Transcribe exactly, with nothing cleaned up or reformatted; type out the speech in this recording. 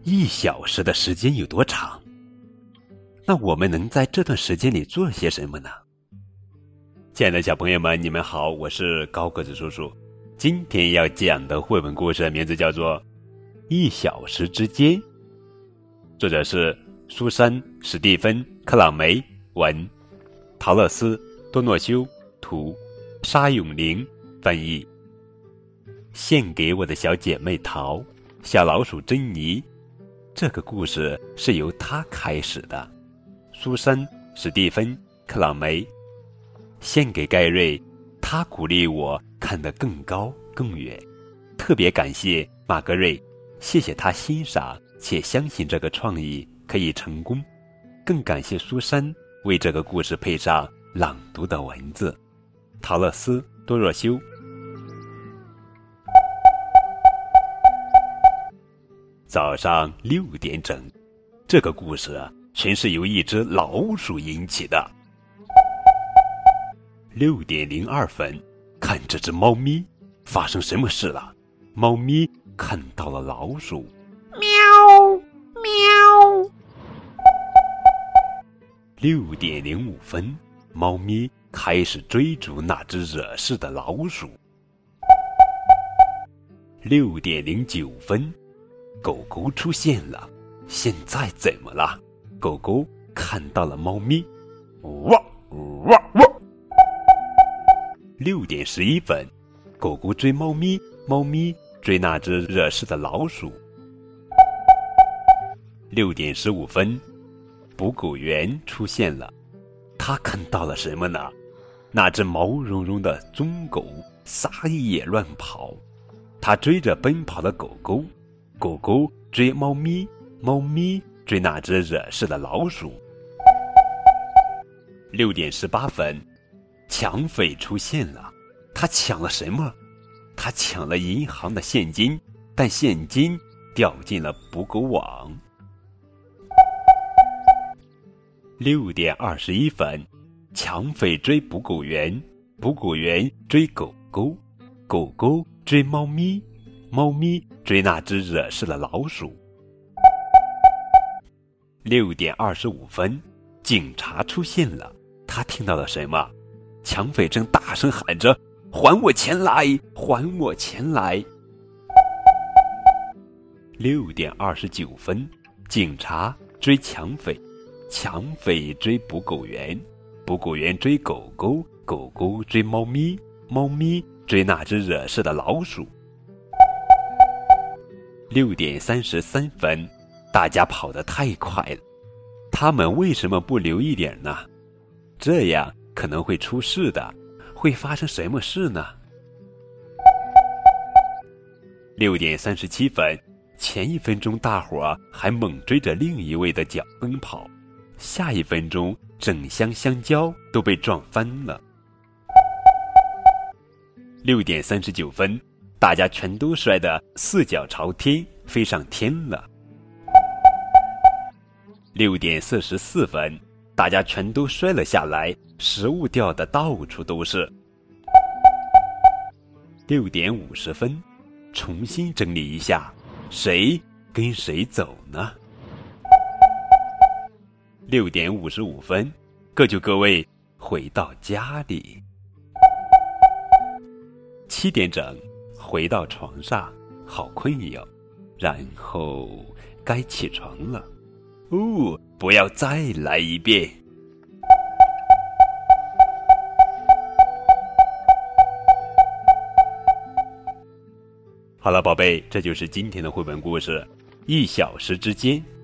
一小时的时间有多长？那我们能在这段时间里做些什么呢？亲爱的小朋友们，你们好，我是高个子叔叔。今天要讲的绘本故事名字叫做《一小时之间》，作者是苏珊·史蒂芬·克朗梅文，陶乐斯·多诺修图，沙永玲翻译。献给我的小姐妹桃，小老鼠珍妮。这个故事是由她开始的。苏珊·史蒂芬·克朗梅。献给盖瑞，他鼓励我看得更高更远。特别感谢马格瑞，谢谢他欣赏且相信这个创意可以成功。更感谢苏珊为这个故事配上朗读的文字。陶乐斯·多若修。早上六点整，这个故事啊，全是由一只老鼠引起的。六点零二分，看这只猫咪发生什么事了？猫咪看到了老鼠， 喵喵。 六点零五分，猫咪开始追逐那只惹事的老鼠。六点零九分，狗狗出现了。现在怎么了？狗狗看到了猫咪，汪汪汪。六点十一分，狗狗追猫咪，猫咪追那只惹事的老鼠。六点十五分，捕狗员出现了。他看到了什么呢？那只毛茸茸的棕狗撒野乱跑，他追着奔跑的狗狗，狗狗追猫咪，猫咪追那只惹事的老鼠。六点十八分，抢匪出现了。他抢了什么？他抢了银行的现金，但现金掉进了捕狗网。六点二十一分，抢匪追捕狗员，捕狗员追狗狗，狗狗追猫咪，猫咪追那只惹事的老鼠。六点二十五分，警察出现了。他听到了什么？抢匪正大声喊着：“还我钱来！还我钱来！”六点二十九分，警察追抢匪，抢匪追捕狗员，捕狗员追狗狗，狗狗追猫咪，猫咪追那只惹事的老鼠。六点三十三分，大家跑得太快了，他们为什么不留一点呢？这样可能会出事的，会发生什么事呢？六点三十七分，前一分钟大伙儿还猛追着另一位的脚奔跑，下一分钟整箱香蕉都被撞翻了。六点三十九分，大家全都摔得四脚朝天，飞上天了。六点四十四分，大家全都摔了下来，食物掉的到处都是。六点五十分，重新整理一下，谁跟谁走呢？六点五十五分，各就各位回到家里。七点整，回到床上，好困哟，然后该起床了。哦，不要再来一遍。好了，宝贝，这就是今天的绘本故事《一小时之间》。